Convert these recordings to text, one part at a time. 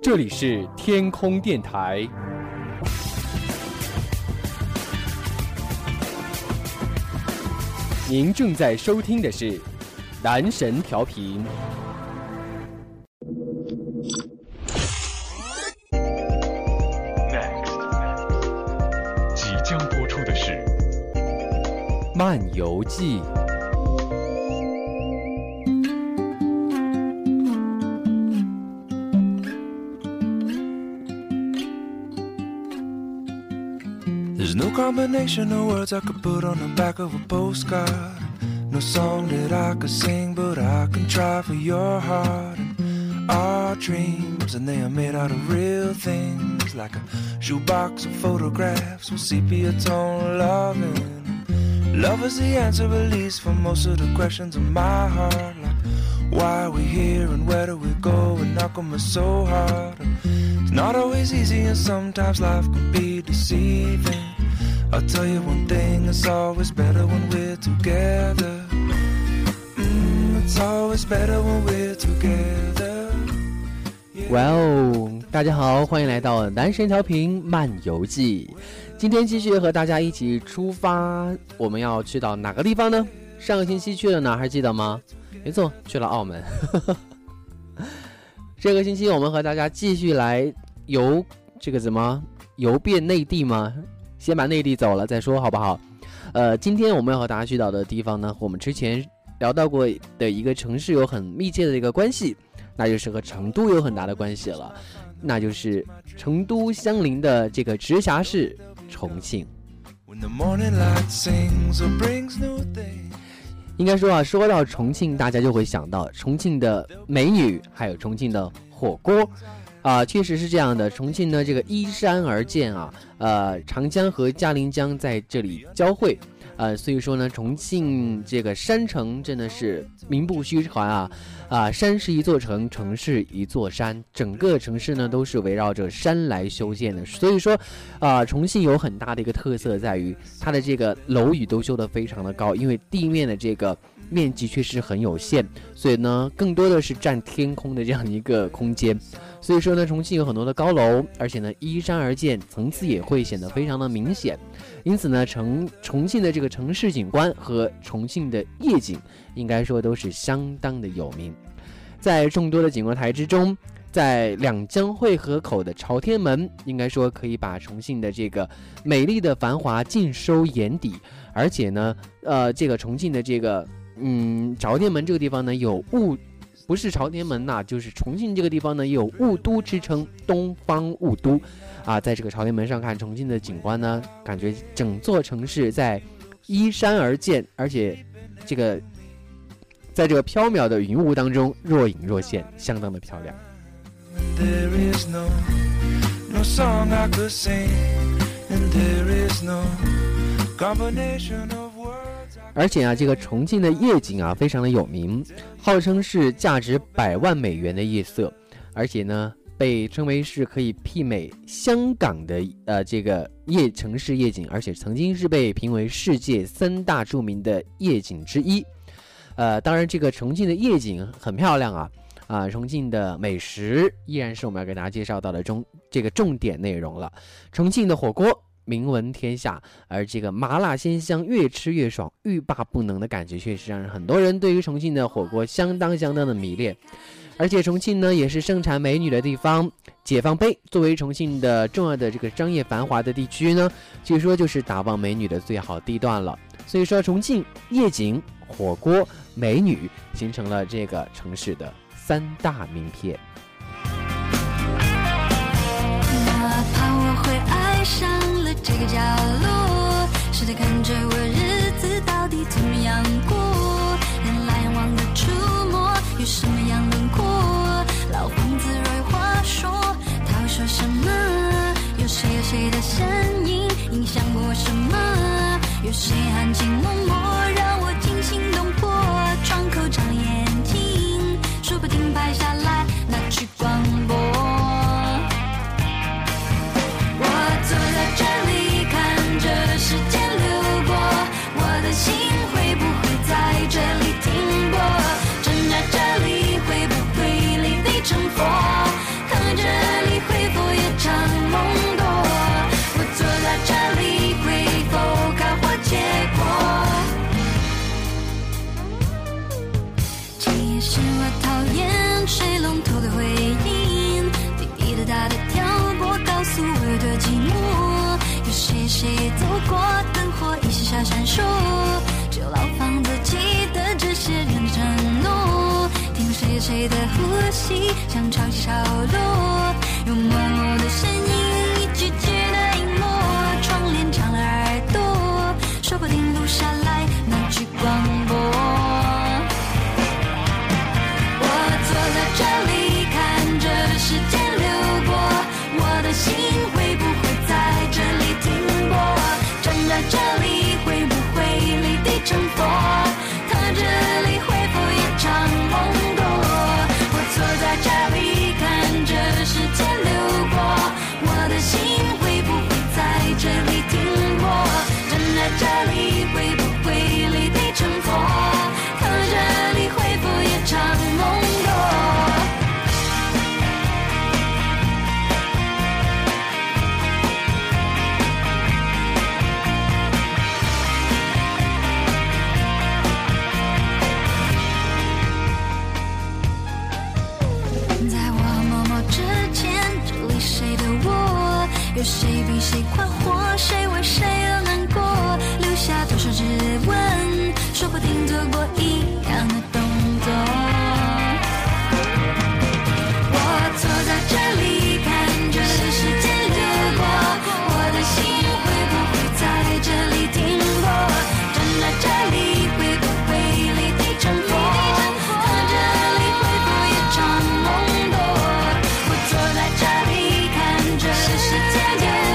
这里是天空电台。您正在收听的是男神调频。 即将播出的是漫游记。 There's no combination of words I could put on the back of a postcard. No song that I could sing, but I can try for your heart. And our dreams, and they are made out of real things, like a shoebox of photographs with sepia tone loving. Love is the answer, at least for most of the questions in my heart. Like why are we here and where do we go, and how come it's so hard? It's not always easy, and sometimes life can be deceiving.I'll tell you one thing, it's always better when we're together. It's always better when we're together. Wow, 大家好，欢迎来到男神调频漫游记。今天继续和大家一起出发，我们要去到哪个地方呢？上个星期去了哪，还记得吗？没错，去了澳门。这个星期我们和大家继续来游遍内地吗？先把内地走了再说好不好？今天我们要和大家去到的地方呢，和我们之前聊到过的一个城市有很密切的一个关系，那就是和成都有很大的关系了，那就是成都相邻的这个直辖市重庆。应该说啊，说到重庆，大家就会想到重庆的美女，还有重庆的火锅。确实是这样的。重庆呢，这个依山而建啊，长江和嘉陵江在这里交汇，所以说呢，重庆这个山城真的是名不虚传啊，山是一座城，城是一座山，整个城市呢都是围绕着山来修建的。所以说，重庆有很大的一个特色在于它的这个楼宇都修得非常的高，因为地面的这个面积确实很有限，所以呢，更多的是占天空的这样的一个空间。所以说呢，重庆有很多的高楼，而且呢依山而建，层次也会显得非常的明显。因此呢，重庆的这个城市景观和重庆的夜景，应该说都是相当的有名。在众多的景观台之中，在两江汇合口的朝天门，应该说可以把重庆的这个美丽的繁华尽收眼底。而且呢，这个重庆的这个朝天门这个地方呢，不是朝天门呐，就是重庆这个地方呢，也有雾都之称，东方雾都啊。在这个朝天门上看重庆的景观呢，感觉整座城市在依山而建，而且这个在这个缥缈的云雾当中若隐若现，相当的漂亮。而且啊，这个重庆的夜景啊，非常的有名，号称是价值100万美元的夜色，而且呢，被称为是可以媲美香港的这个城市夜景，而且曾经是被评为世界3大著名的夜景之一。当然，这个重庆的夜景很漂亮啊，重庆的美食依然是我们要给大家介绍到的这个重点内容了。重庆的火锅名闻天下，而这个麻辣鲜香，越吃越爽，欲罢不能的感觉，确实让很多人对于重庆的火锅相当的迷恋。而且重庆呢，也是盛产美女的地方。解放碑作为重庆的重要的这个商业繁华的地区呢，据说就是打望美女的最好地段了。所以说，重庆夜景、火锅、美女形成了这个城市的3大名片。 哪怕我会爱上了这个角落，试着看着我日子到底怎么样过，人来人往的触摸有什么样轮廓，老房子蕊话说他会说什么，有谁的身影影响过什么，有谁含情脉脉让我惊心动魄，窗口长眼睛说不定拍下来拿去广播。我坐在这里看着时间流过，我的心会不会在这里停泊，站在这里会不会泪飞成佛，看着谁走过，灯火依稀闪闪烁，只有老房子记得这些人的承诺，听谁的呼吸像潮起潮落，有默默的声音，一句句的隐没，窗帘长了耳朵，说不定录下来那句广播。我坐在这里看着时间流过，我的心会不会在这里停泊，站在这里会不会离地成佛，他这里会否一场梦过，我坐在这里看着时间流过，我的心会不会在这里停泊，站在这里会不会离地成佛，他这里会否一场梦过。有谁比谁快活，谁为谁而难过，留下多少指纹，说不定做过一样的动作。我坐在这里看着时间流过，我的心会不会在这里停泊，站在这里会不会离地成佛，他这里会否一场梦过，我坐在这里看着时间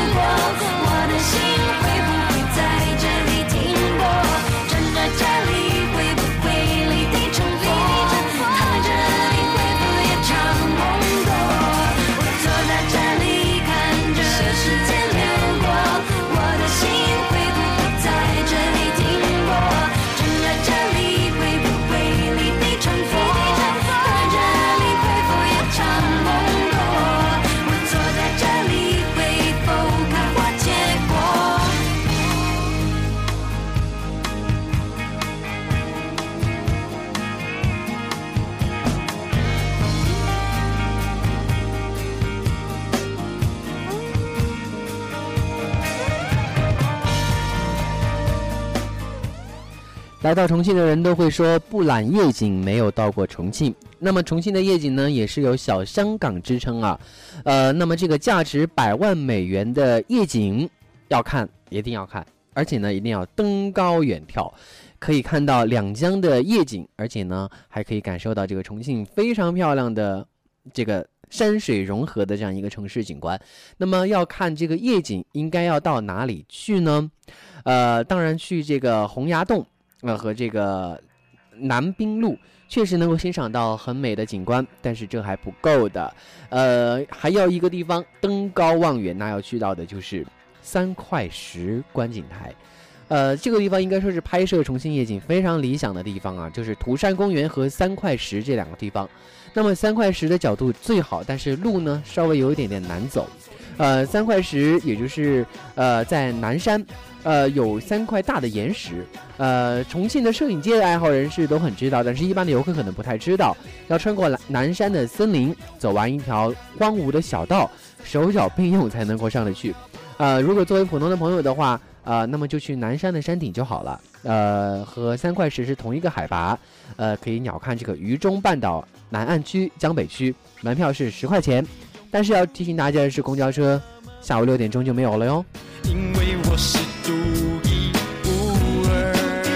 来到重庆的人都会说不揽夜景没有到过重庆。那么重庆的夜景呢，也是有小香港之称啊。那么这个价值100万美元的夜景要看，一定要看，而且呢一定要登高远眺，可以看到两江的夜景，而且呢还可以感受到这个重庆非常漂亮的这个山水融合的这样一个城市景观。那么要看这个夜景，应该要到哪里去呢？当然去这个洪崖洞。和这个南滨路确实能够欣赏到很美的景观，但是这还不够的，还要一个地方登高望远，那要去到的就是3块石观景台。这个地方应该说是拍摄重庆夜景非常理想的地方啊，就是涂山公园和3块石这两个地方。那么3块石的角度最好，但是路呢稍微有一点点难走。3块石也就是在南山。有3块大的岩石，重庆的摄影界的爱好人士都很知道，但是一般的游客可能不太知道，要穿过南山的森林，走完一条荒芜的小道，手脚并用才能够上得去。如果作为普通的朋友的话，那么就去南山的山顶就好了。和3块石是同一个海拔，可以鸟瞰这个渝中半岛南岸区、江北区，门票是10块钱，但是要提醒大家的是，公交车下午6点钟就没有了哟。 因为我是独一无二，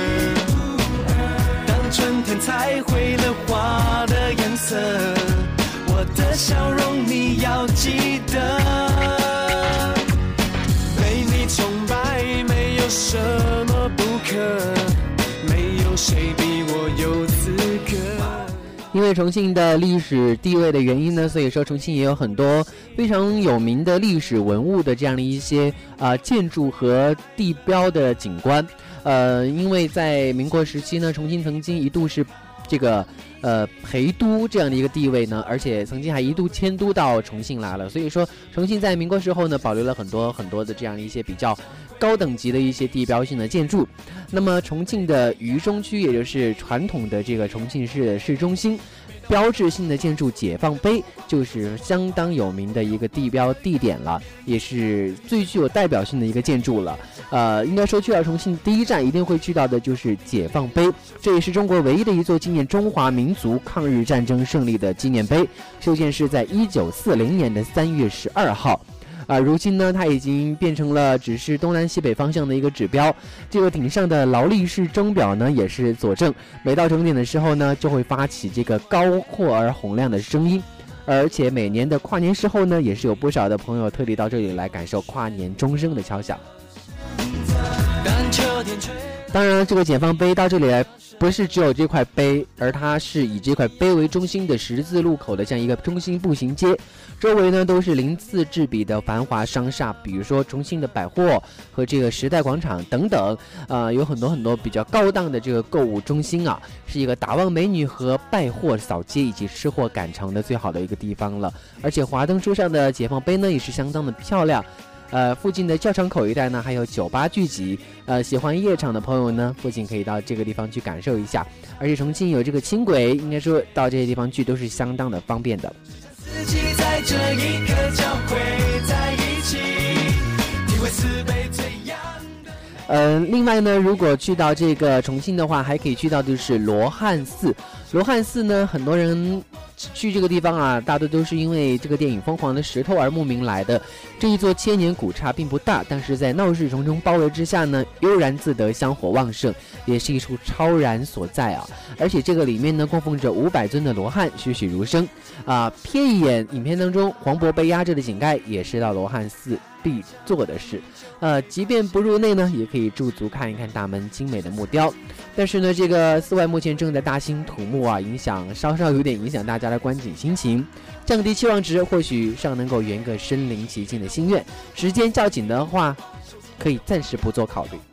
当春天彩绘了花的颜色，我的笑容你要记得，被你崇拜没有什么不可，没有谁比我有资格。 因为重庆的历史地位的原因呢，所以说重庆也有很多非常有名的历史文物的这样的一些建筑和地标的景观。因为在民国时期呢，重庆曾经一度是这个陪都这样的一个地位呢，而且曾经还一度迁都到重庆来了。所以说重庆在民国时候呢，保留了很多很多的这样的一些比较高等级的一些地标性的建筑。那么重庆的渝中区，也就是传统的这个重庆市的市中心， 标志性的建筑解放碑就是相当有名的一个地标地点了，也是最具有代表性的一个建筑了。应该说去到重庆第一站一定会去到的就是解放碑，这也是中国唯一的一座纪念中华民族抗日战争胜利的纪念碑，修建是在1940年的3月12号。如今呢，它已经变成了只是东南西北方向的一个指标。这个顶上的劳力士钟表呢，也是佐证。每到整点的时候呢，就会发起这个高阔而洪亮的声音。而且每年的跨年时候呢，也是有不少的朋友特地到这里来感受跨年钟声的敲响。当然，这个解放碑到这里来，不是只有这块碑，而它是以这块碑为中心的十字路口的这样一个中心步行街，周围呢都是鳞次栉比的繁华商厦，比如说重庆的百货和这个时代广场等等，有很多比较高档的这个购物中心啊，是一个打望美女和败货扫街以及吃货赶场的最好的一个地方了。而且华灯初上的解放碑呢，也是相当的漂亮。附近的教场口一带呢，还有酒吧聚集。喜欢夜场的朋友呢，不仅可以到这个地方去感受一下，而且重庆有这个轻轨，应该说到这些地方去都是相当的方便的。自己在这一刻交汇在一起，体会四倍最阳的。另外呢，如果去到这个重庆的话，还可以去到就是罗汉寺。罗汉寺呢，很多人去这个地方啊，大多都是因为这个电影《疯狂的石头》而慕名来的。这一座千年古刹并不大，但是在闹市重重包围之下呢，悠然自得，香火旺盛，也是一处超然所在啊。而且这个里面呢，供奉着500尊的罗汉，栩栩如生啊。瞥一眼影片当中黄渤被压着的井盖，也是到罗汉寺必做的事。即便不入内呢，也可以驻足看一看大门精美的木雕。但是呢，这个寺外目前正在大兴土木啊，稍稍有点影响大家的观景心情，降低期望值，或许尚能够圆个身临其境的心愿。时间较紧的话，可以暂时不做考虑。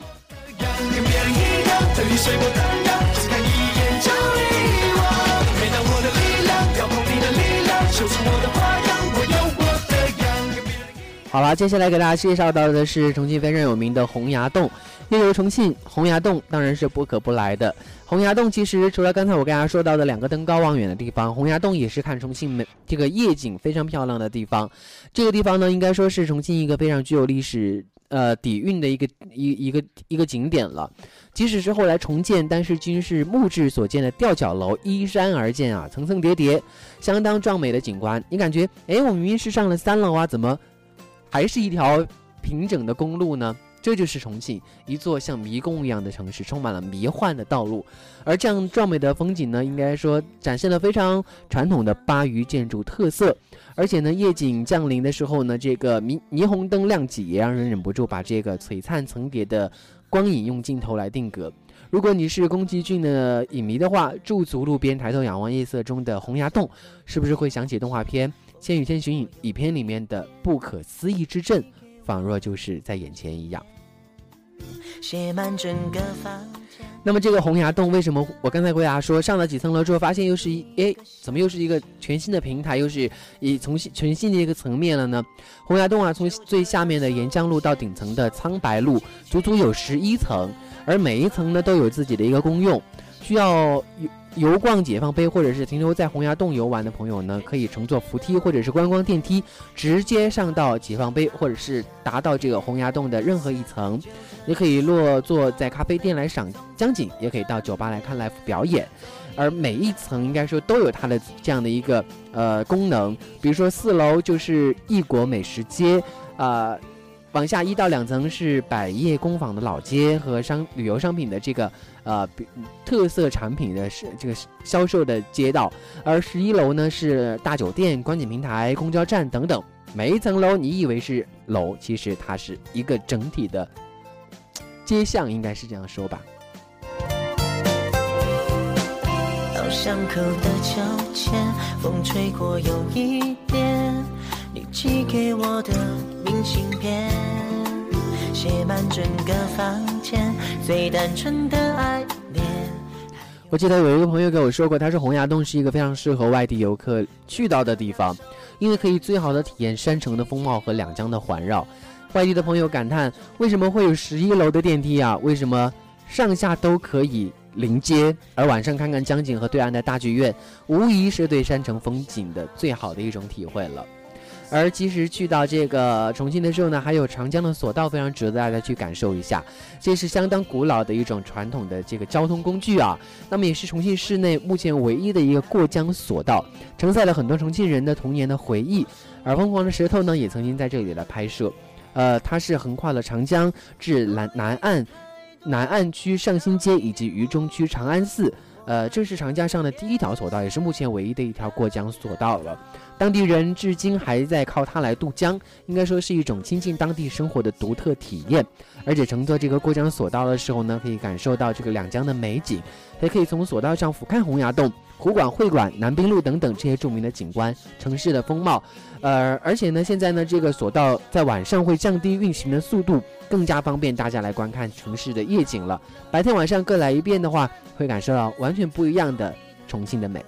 好了，接下来给大家介绍到的是重庆非常有名的洪崖洞。又有重庆，洪崖洞当然是不可不来的。洪崖洞其实除了刚才我跟大家说到的2个登高望远的地方，洪崖洞也是看重庆这个夜景非常漂亮的地方。这个地方呢，应该说是重庆一个非常具有历史底蕴的一个景点了。即使是后来重建，但是均是木质所建的吊脚楼依山而建啊，层层叠叠，相当壮美的景观。你感觉，我明明是上了3楼啊，怎么还是一条平整的公路呢？这就是重庆，一座像迷宫一样的城市，充满了迷幻的道路。而这样壮美的风景呢，应该说展现了非常传统的巴渝建筑特色。而且呢，夜景降临的时候呢，这个霓虹灯亮起，也让人忍不住把这个璀璨层叠的光影用镜头来定格。如果你是宫崎骏的影迷的话，驻足路边抬头仰望夜色中的洪崖洞，是不是会想起动画片《千与千寻影片》里面的不可思议之阵，仿若就是在眼前一样。写满整个房间。那么这个洪崖洞为什么我刚才回答说上了几层楼之后发现怎么又是一个全新的平台，又是全新的一个层面了呢？洪崖洞啊，从最下面的沿江路到顶层的苍白路，足足有11层，而每一层呢都有自己的一个功用。需要游逛解放碑或者是停留在洪崖洞游玩的朋友呢，可以乘坐扶梯或者是观光电梯直接上到解放碑，或者是达到这个洪崖洞的任何一层。也可以落座在咖啡店来赏江景，也可以到酒吧来看 live 表演。而每一层应该说都有它的这样的一个功能。比如说4楼就是异国美食街，往下1到2层是百业工坊的老街和旅游商品的这个特色产品的这个销售的街道，而11楼呢是大酒店、观景平台、公交站等等。每一层楼你以为是楼，其实它是一个整体的街巷，应该是这样说吧。到巷口的秋千，风吹过有一点你寄给我的明信片，写满整个房间最单纯的爱恋。我记得有一个朋友跟我说过，他说洪崖洞是一个非常适合外地游客去到的地方，因为可以最好的体验山城的风貌和两江的环绕。外地的朋友感叹，为什么会有11楼的电梯啊？为什么上下都可以临街，而晚上看看江景和对岸的大剧院，无疑是对山城风景的最好的一种体会了。而其实去到这个重庆的时候呢，还有长江的索道非常值得大家去感受一下，这是相当古老的一种传统的这个交通工具啊。那么也是重庆市内目前唯一的一个过江索道，承载了很多重庆人的童年的回忆。而疯狂的石头呢，也曾经在这里来拍摄。它是横跨了长江至南岸区上新街以及渝中区长安寺。这是长江上的第一条索道，也是目前唯一的一条过江索道了。当地人至今还在靠它来渡江，应该说是一种亲近当地生活的独特体验。而且乘坐这个过江索道的时候呢，可以感受到这个两江的美景，还可以从索道上俯瞰洪崖洞、湖广会馆、南滨路等等这些著名的景观、城市的风貌。而且呢，现在呢，这个索道在晚上会降低运行的速度，更加方便大家来观看城市的夜景了。白天晚上各来一遍的话，会感受到完全不一样的重庆的美。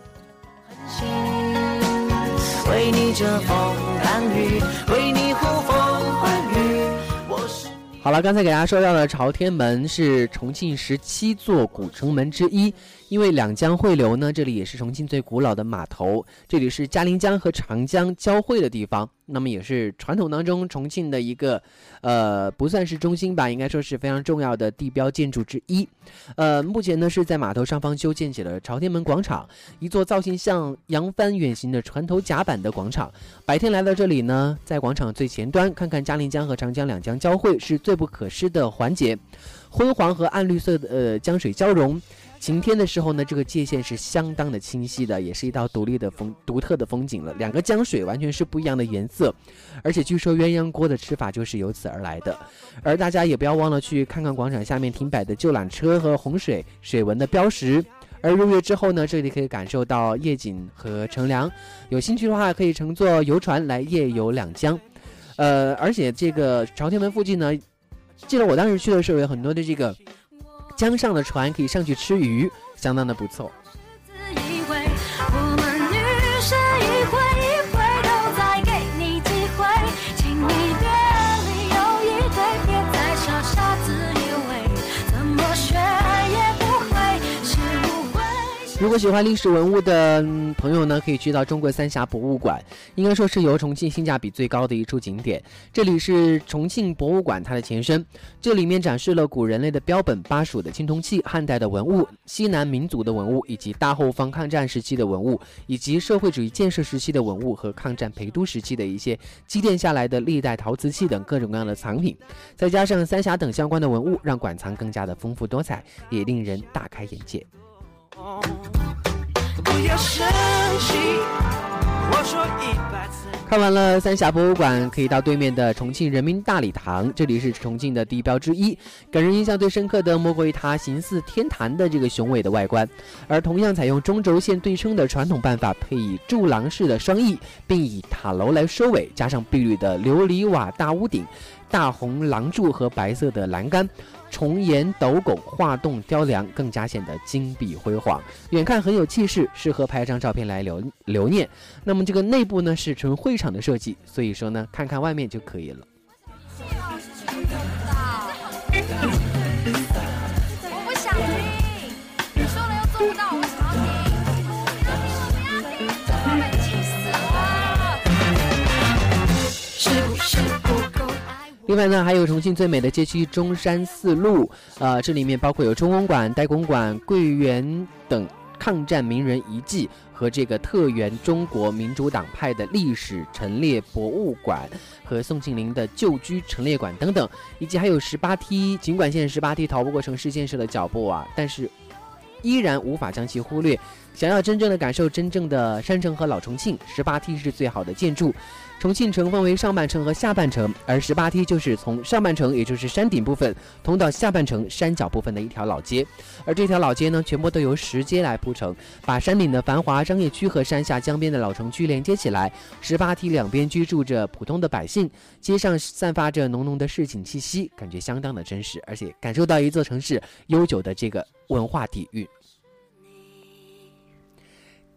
为你遮风挡雨，为你呼风唤雨。好了，刚才给大家说到的朝天门是重庆17座古城门之一，因为两江汇流呢，这里也是重庆最古老的码头，这里是嘉陵江和长江交汇的地方，那么也是传统当中重庆的一个不算是中心吧，应该说是非常重要的地标建筑之一。目前呢是在码头上方修建起了朝天门广场，一座造型像扬帆远行的船头甲板的广场。白天来到这里呢，在广场最前端看看嘉陵江和长江两江交汇是最不可失的环节，昏黄和暗绿色的江水交融。晴天的时候呢，这个界限是相当的清晰的，也是一道独特的风景了。两个江水完全是不一样的颜色，而且据说鸳鸯锅的吃法就是由此而来的。而大家也不要忘了去看看广场下面停摆的旧缆车和洪水水文的标识。而入夜之后呢，这里可以感受到夜景和乘凉，有兴趣的话可以乘坐游船来夜游两江。而且这个朝天门附近呢，记得我当时去的时候有很多的这个江上的船可以上去吃鱼，相当的不错。如果喜欢历史文物的朋友呢，可以去到中国三峡博物馆，应该说是由重庆性价比最高的一处景点。这里是重庆博物馆它的前身，这里面展示了古人类的标本、巴蜀的青铜器、汉代的文物、西南民族的文物，以及大后方抗战时期的文物，以及社会主义建设时期的文物和抗战陪都时期的一些积淀下来的历代陶瓷器等各种各样的藏品，再加上三峡等相关的文物，让馆藏更加的丰富多彩，也令人大开眼界。不要生气，我说100次。看完了三峡博物馆，可以到对面的重庆人民大礼堂，这里是重庆的地标之一。给人印象最深刻的莫过于它形似天坛的这个雄伟的外观，而同样采用中轴线对称的传统办法，配以柱廊式的双翼，并以塔楼来收尾，加上碧绿的琉璃瓦大屋顶、大红廊柱和白色的栏杆，重檐斗拱、画栋雕梁，更加显得金碧辉煌，远看很有气势，适合拍张照片来留念。那么这个内部呢是纯会场的设计，所以说呢看看外面就可以了。 我不想听，你说了又做不到，我想要听。我被气死了。是不是不够？ 另外呢，还有重庆最美的街区中山四路，这里面包括有中公馆、代公馆、桂园等抗战名人遗迹和这个特援中国民主党派的历史陈列博物馆和宋庆龄的旧居陈列馆等等，以及还有18梯。尽管现在18梯逃不过城市建设的脚步啊，但是依然无法将其忽略。想要真正的感受真正的山城和老重庆，18梯是最好的建筑。重庆城分为上半城和下半城，而18梯就是从上半城，也就是山顶部分，通到下半城山脚部分的一条老街。而这条老街呢，全部都由石阶来铺成，把山顶的繁华商业区和山下江边的老城区连接起来。18梯两边居住着普通的百姓，街上散发着浓浓的市井气息，感觉相当的真实，而且感受到一座城市悠久的这个文化底蕴。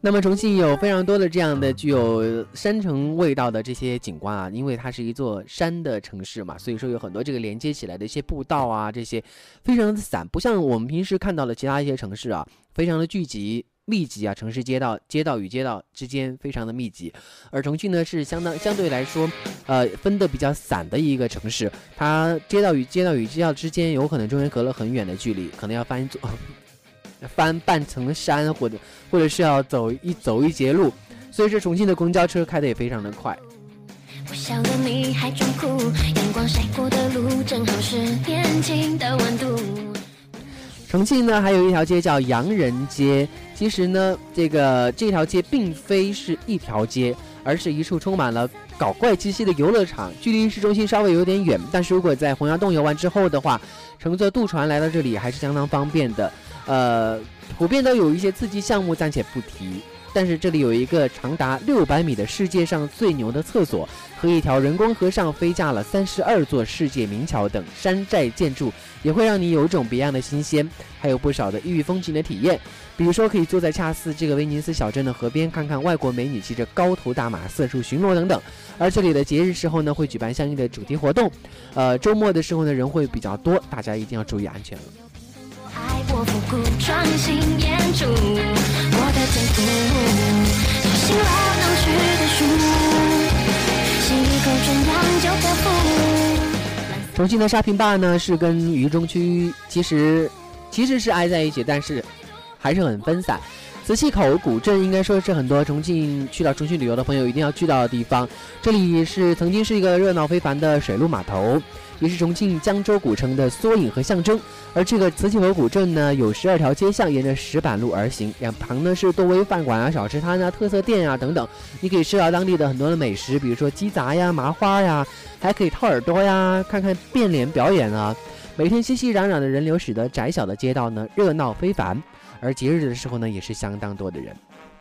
那么重庆有非常多的这样的具有山城味道的这些景观啊，因为它是一座山的城市嘛，所以说有很多这个连接起来的一些步道啊，这些非常的散，不像我们平时看到的其他一些城市啊，非常的聚集密集啊，城市街道与街道之间非常的密集，而重庆呢是相对来说，分得比较散的一个城市，它街道与街道之间有可能中间隔了很远的距离，可能要翻半层山，或者是要走一节路，所以说重庆的公交车开得也非常的快。 不晓得你还装酷，阳光晒过的路正好是年轻的温度。 重庆呢还有一条街叫洋人街，其实呢这条街并非是一条街，而是一处充满了搞怪气息的游乐场，距离市中心稍微有点远，但是如果在洪崖洞游完之后的话，乘坐渡船来到这里还是相当方便的。普遍都有一些刺激项目暂且不提，但是这里有一个长达600米的世界上最牛的厕所和一条人工河上飞架了32座世界名桥等山寨建筑，也会让你有种别样的新鲜，还有不少的异域风情的体验，比如说可以坐在恰似这个威尼斯小镇的河边，看看外国美女骑着高头大马四处巡逻等等。而这里的节日时候呢，会举办相应的主题活动，周末的时候呢人会比较多，大家一定要注意安全了。 爱我复古创新演出，我的天赋，小心了能去的书，吸一口春阳就漂浮。 重庆的沙坪坝呢是跟渝中区其实是挨在一起，但是还是很分散。磁器口古镇应该说是很多去到重庆旅游的朋友一定要去到的地方，这里曾经是一个热闹非凡的水陆码头，也是重庆江州古城的缩影和象征。而这个磁器口古镇呢，有12条街巷沿着石板路而行，两旁呢是多为饭馆啊、小吃摊啊、特色店啊等等，你可以吃到当地的很多的美食，比如说鸡杂呀、麻花呀，还可以掏耳朵呀，看看变脸表演啊。每天熙熙攘攘的人流使得窄小的街道呢热闹非凡，而节日的时候呢也是相当多的人。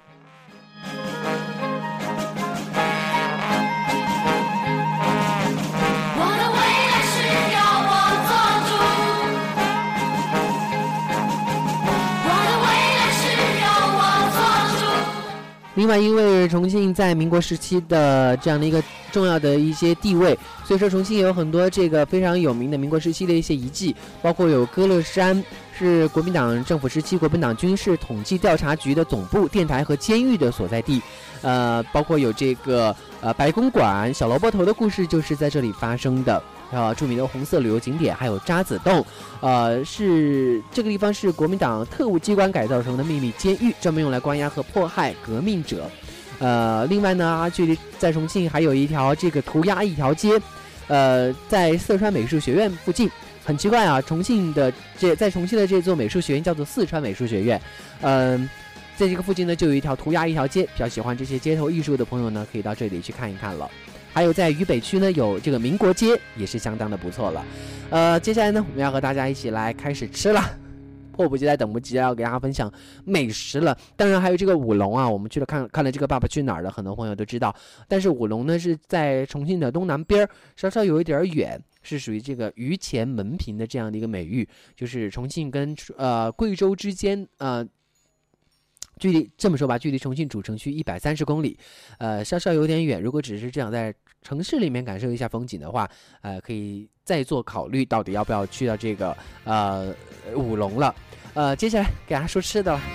另外，因为重庆在民国时期的这样的一个重要的一些地位，所以说重庆也有很多这个非常有名的民国时期的一些遗迹，包括有歌乐山，是国民党政府时期国民党军事统计调查局的总部、电台和监狱的所在地。包括有这个白公馆、小萝卜头的故事就是在这里发生的。著名的红色旅游景点还有渣滓洞，是这个地方是国民党特务机关改造成的秘密监狱，专门用来关押和迫害革命者。另外呢，距离在重庆还有一条这个涂鸦一条街，在四川美术学院附近。很奇怪啊，在重庆的这座美术学院叫做四川美术学院，在这个附近呢就有一条涂鸦一条街，比较喜欢这些街头艺术的朋友呢，可以到这里去看一看了。还有在渝北区呢，有这个民国街，也是相当的不错了。接下来呢，我们要和大家一起来开始吃了，迫不及待、等不及待要给大家分享美食了。当然还有这个舞龙啊，我们去了看了这个《爸爸去哪儿》了，很多朋友都知道。但是舞龙呢是在重庆的东南边，稍稍有一点远，是属于这个榆钱门平的这样的一个美誉，就是重庆跟贵州之间距离这么说吧，距离重庆主城区130公里，稍稍有点远。如果只是这样在城市里面感受一下风景的话，可以再做考虑，到底要不要去到这个舞龙了。接下来给大家说吃的了。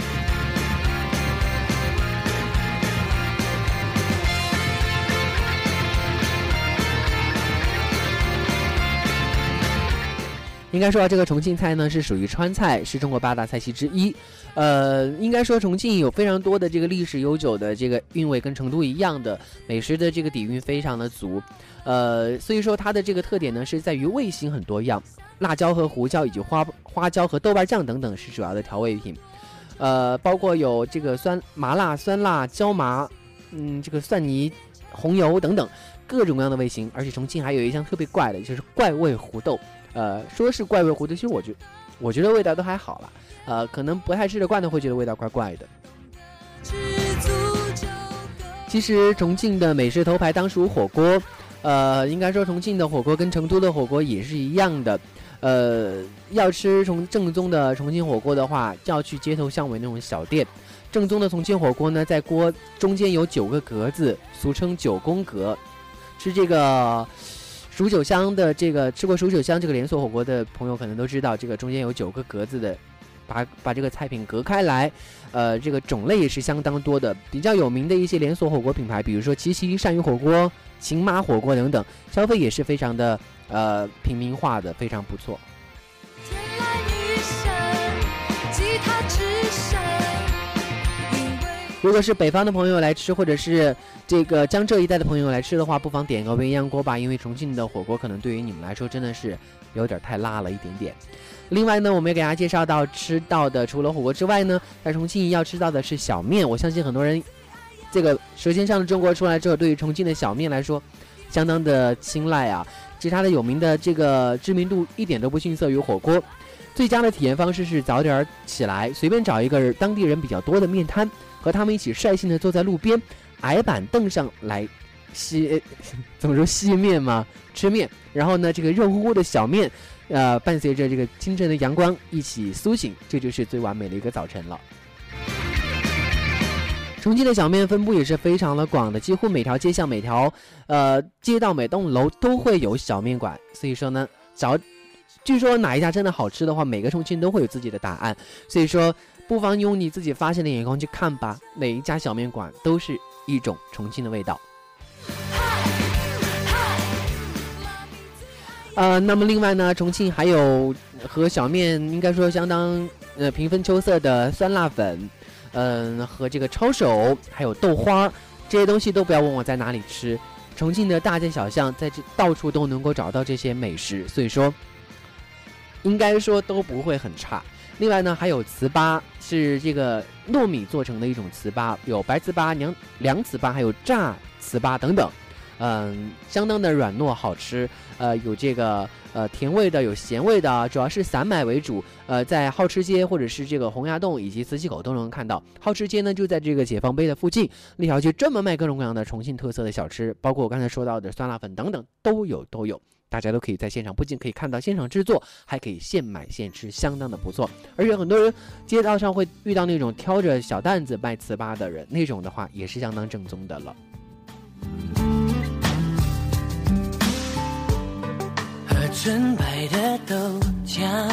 应该说这个重庆菜呢是属于川菜，是中国8大菜系之一。应该说重庆有非常多的这个历史悠久的这个韵味，跟成都一样的美食的这个底蕴非常的足。所以说它的这个特点呢是在于味型很多样，辣椒和胡椒以及花椒和豆瓣酱等等是主要的调味品。包括有这个麻辣、酸辣、椒麻，这个蒜泥、红油等等各种各样的味型。而且重庆还有一项特别怪的，就是怪味胡豆。说是怪味胡豆，其实我觉得味道都还好了，可能不太吃得惯的会觉得味道怪怪的。其实重庆的美食头牌当属火锅，应该说重庆的火锅跟成都的火锅也是一样的。要吃正宗的重庆火锅的话，就要去街头巷尾那种小店， 正宗的重庆火锅呢，在锅中间有9个格子，俗称9宫格。吃这个蜀九香的吃过蜀九香这个连锁火锅的朋友可能都知道，这个中间有9个格子的，把这个菜品隔开来。这个种类也是相当多的，比较有名的一些连锁火锅品牌，比如说七夕鳝鱼火锅、秦妈火锅等等，消费也是非常的平民化的，非常不错。 天籁女声，吉他之声。 如果是北方的朋友来吃，或者是这个江浙一带的朋友来吃的话，不妨点个鸳鸯锅吧，因为重庆的火锅可能对于你们来说真的是有点太辣了一点点。另外呢，我们也给大家介绍到吃到的，除了火锅之外呢，在重庆要吃到的是小面。我相信很多人这个舌尖上的中国出来之后，对于重庆的小面来说相当的青睐啊。其他的有名的这个知名度一点都不逊色于火锅。最佳的体验方式是早点起来，随便找一个当地人比较多的面摊，和他们一起率性的坐在路边矮板凳上来怎么说吸面嘛，吃面。然后呢，这个热乎乎的小面伴随着这个清晨的阳光一起苏醒，这就是最完美的一个早晨了。重庆的小面分布也是非常的广的，几乎每条街巷、每条街道、每栋楼都会有小面馆。所以说呢，据说哪一家真的好吃的话，每个重庆都会有自己的答案。所以说，不妨用你自己发现的眼光去看吧，每一家小面馆都是一种重庆的味道。那么另外呢，重庆还有和小面应该说相当平分秋色的酸辣粉，和这个抄手，还有豆花，这些东西都不要问我在哪里吃。重庆的大街小巷，在这到处都能够找到这些美食，所以说应该说都不会很差。另外呢，还有糍粑，是这个糯米做成的一种糍粑，有白糍粑、凉糍粑，还有炸糍粑等等。相当的软糯好吃，有这个甜味的，有咸味的，主要是散买为主。在好吃街或者是这个洪崖洞以及磁器口都能看到。好吃街呢就在这个解放碑的附近，那条街专门卖各种各样的重庆特色的小吃，包括我刚才说到的酸辣粉等等都有。大家都可以在现场，不仅可以看到现场制作，还可以现买现吃，相当的不错。而且很多人街道上会遇到那种挑着小担子卖糍粑的人，那种的话也是相当正宗的了。 喝纯白的豆浆，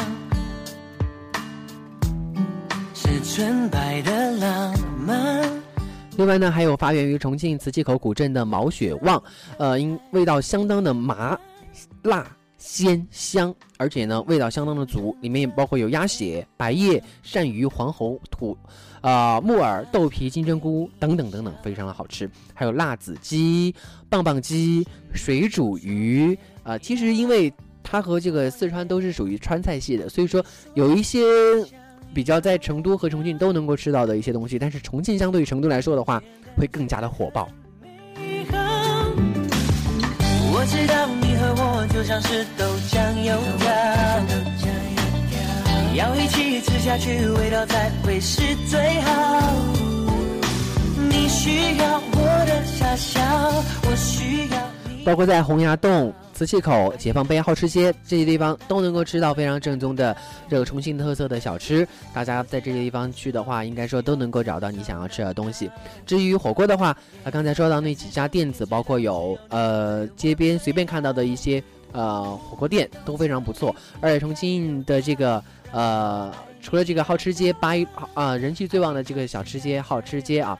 是纯白的浪漫。 另外呢，还有发源于重庆磁器口古镇的毛血旺，味道相当的麻辣鲜香，而且呢味道相当的足，里面也包括有鸭血、白叶、鳝鱼、黄喉、木耳、豆皮、金针菇等等，非常的好吃。还有辣子鸡、棒棒鸡、水煮鱼，其实因为它和这个四川都是属于川菜系的，所以说有一些比较在成都和重庆都能够吃到的一些东西，但是重庆相对于成都来说的话，会更加的火爆。 我知道你和我就像是豆浆油条，要一起吃下去，味道才会是最好。你需要我的傻笑，我需要包括在洪崖洞、磁器口、解放碑、好吃街这些地方都能够吃到非常正宗的这个重庆特色的小吃。大家在这些地方去的话，应该说都能够找到你想要吃的东西。至于火锅的话，刚才说到那几家店子，包括有街边随便看到的一些火锅店都非常不错。而且重庆的这个除了这个好吃街人气最旺的这个小吃街好吃街啊，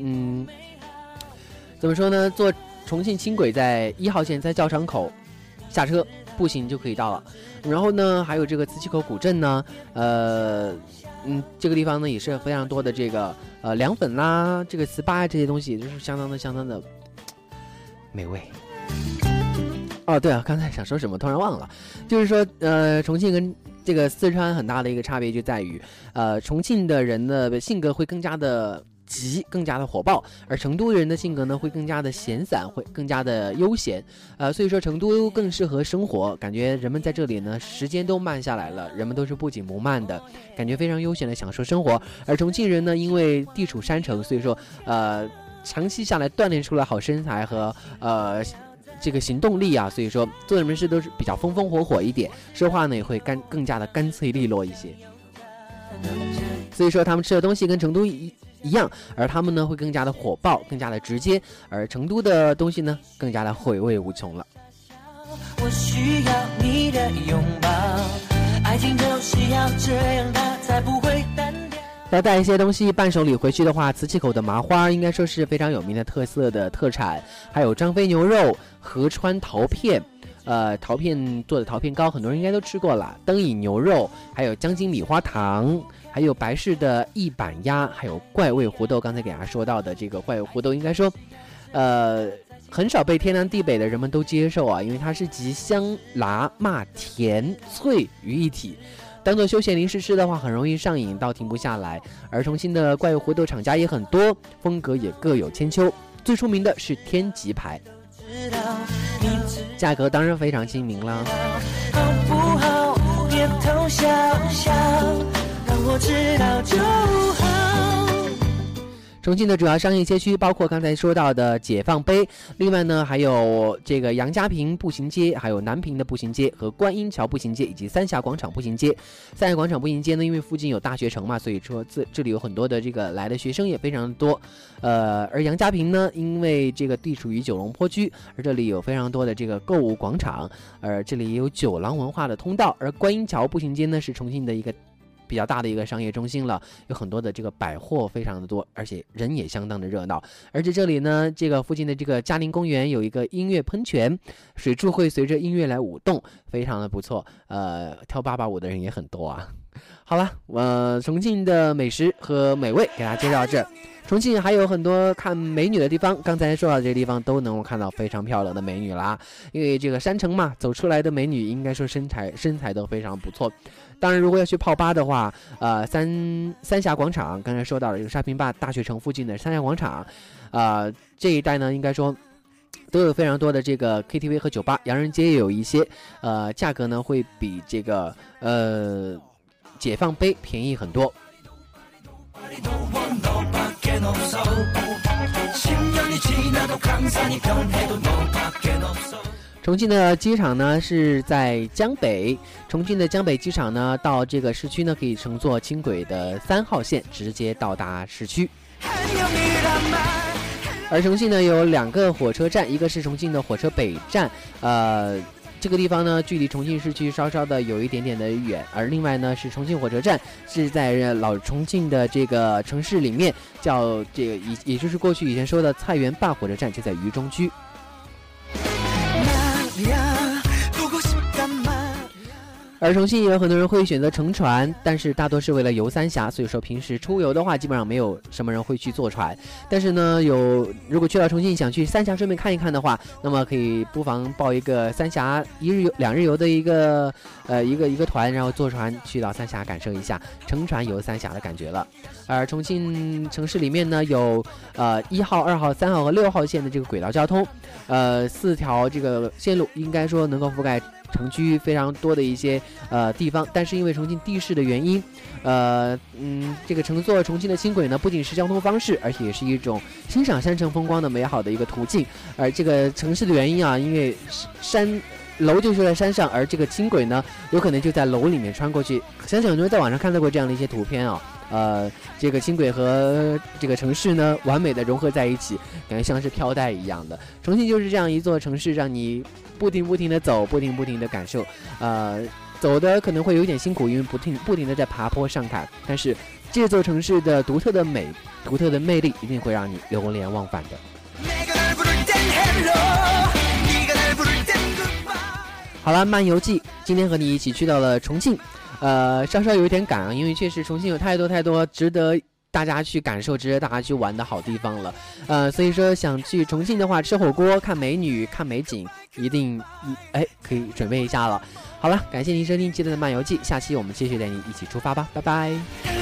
怎么说呢？坐重庆轻轨在1号线在教场口下车，步行就可以到了。然后呢，还有这个磁器口古镇呢，这个地方呢也是非常多的这个凉粉啦，这个糍粑这些东西，就是相当的美味。哦，对啊，刚才想说什么突然忘了，就是说重庆跟这个四川很大的一个差别就在于，重庆的人的性格会更加的急，更加的火爆，而成都人的性格呢会更加的闲散，会更加的悠闲，所以说成都更适合生活，感觉人们在这里呢时间都慢下来了，人们都是不紧不慢的，感觉非常悠闲的享受生活。而重庆人呢，因为地处山城，所以说长期下来锻炼出了好身材和这个行动力啊，所以说做什么事都是比较风风火火一点，说话呢也会更加的干脆利落一些。所以说他们吃的东西跟成都一样，而他们呢会更加的火爆，更加的直接，而成都的东西呢更加的回味无穷了。 我需要你的拥抱，爱情就是要这样，它才不会单调。 要带一些东西伴手礼回去的话，磁器口的麻花应该说是非常有名的特色的特产，还有张飞牛肉、合川桃片，桃片做的桃片糕，很多人应该都吃过了。灯影牛肉，还有江津米花糖，还有白氏的一板鸭，还有怪味胡豆。刚才给大家说到的这个怪味胡豆，应该说，很少被天南地北的人们都接受啊，因为它是集香、辣、麻、甜、脆于一体。当做休闲零食吃的话，很容易上瘾到停不下来。而重庆的怪味胡豆厂家也很多，风格也各有千秋。最出名的是天吉牌，价格当然非常亲民了。 好不好？别偷笑笑，让我知道就好。 重庆的主要商业街区包括刚才说到的解放碑，另外呢还有这个杨家坪步行街，还有南坪的步行街和观音桥步行街，以及三峡广场步行街。三峡广场步行街呢，因为附近有大学城嘛，所以说这里有很多的这个来的学生也非常的多。而杨家坪呢，因为这个地处于九龙坡区，而这里有非常多的这个购物广场，而这里也有酒廊文化的通道。而观音桥步行街呢，是重庆的一个比较大的一个商业中心了，有很多的这个百货非常的多，而且人也相当的热闹。而且这里呢，这个附近的这个嘉陵公园有一个音乐喷泉，水柱会随着音乐来舞动，非常的不错。跳888舞的人也很多啊。好了，重庆的美食和美味给大家介绍到这儿。重庆还有很多看美女的地方，刚才说到这些地方都能够看到非常漂亮的美女啦。因为这个山城嘛，走出来的美女应该说身材都非常不错。当然，如果要去泡吧的话，三峡广场刚才说到了这个沙坪坝大学城附近的三峡广场，这一带呢应该说都有非常多的这个 KTV 和酒吧，洋人街也有一些，价格呢会比这个解放碑便宜很多。重庆的机场呢是在江北，重庆的江北机场呢到这个市区呢可以乘坐轻轨的3号线直接到达市区。而重庆呢有2个火车站，一个是重庆的火车北站，这个地方呢距离重庆市区稍稍的有一点点的远，而另外呢是重庆火车站，是在老重庆的这个城市里面，叫这个也就是过去以前说的菜园坝火车站，就在渝中区。而重庆也有很多人会选择乘船，但是大多是为了游三峡，所以说平时出游的话基本上没有什么人会去坐船。但是呢如果去到重庆想去三峡顺便看一看的话，那么可以不妨报一个三峡2日游的一个团，然后坐船去到三峡感受一下乘船游三峡的感觉了。而重庆城市里面呢有1号、2号、3号和6号线的这个轨道交通，4条这个线路应该说能够覆盖城区非常多的一些地方，但是因为重庆地势的原因，这个乘坐重庆的轻轨呢，不仅是交通方式，而且也是一种欣赏山城风光的美好的一个途径。而这个城市的原因啊，因为楼就是在山上，而这个轻轨呢，有可能就在楼里面穿过去。相信很多人在网上看到过这样的一些图片啊。这个轻轨和这个城市呢，完美的融合在一起，感觉像是飘带一样的。重庆就是这样一座城市，让你不停的走，不停的感受。走的可能会有点辛苦，因为不停的在爬坡上坎，但是这座城市的独特的美、独特的魅力，一定会让你流连忘返的。好了，漫游记今天和你一起去到了重庆。稍稍有一点赶啊，因为确实重庆有太多值得大家去感受、值得大家去玩的好地方了。所以说想去重庆的话，吃火锅、看美女、看美景，一定可以准备一下了。好了，感谢您收听今天的漫游记，下期我们继续带你一起出发吧，拜拜。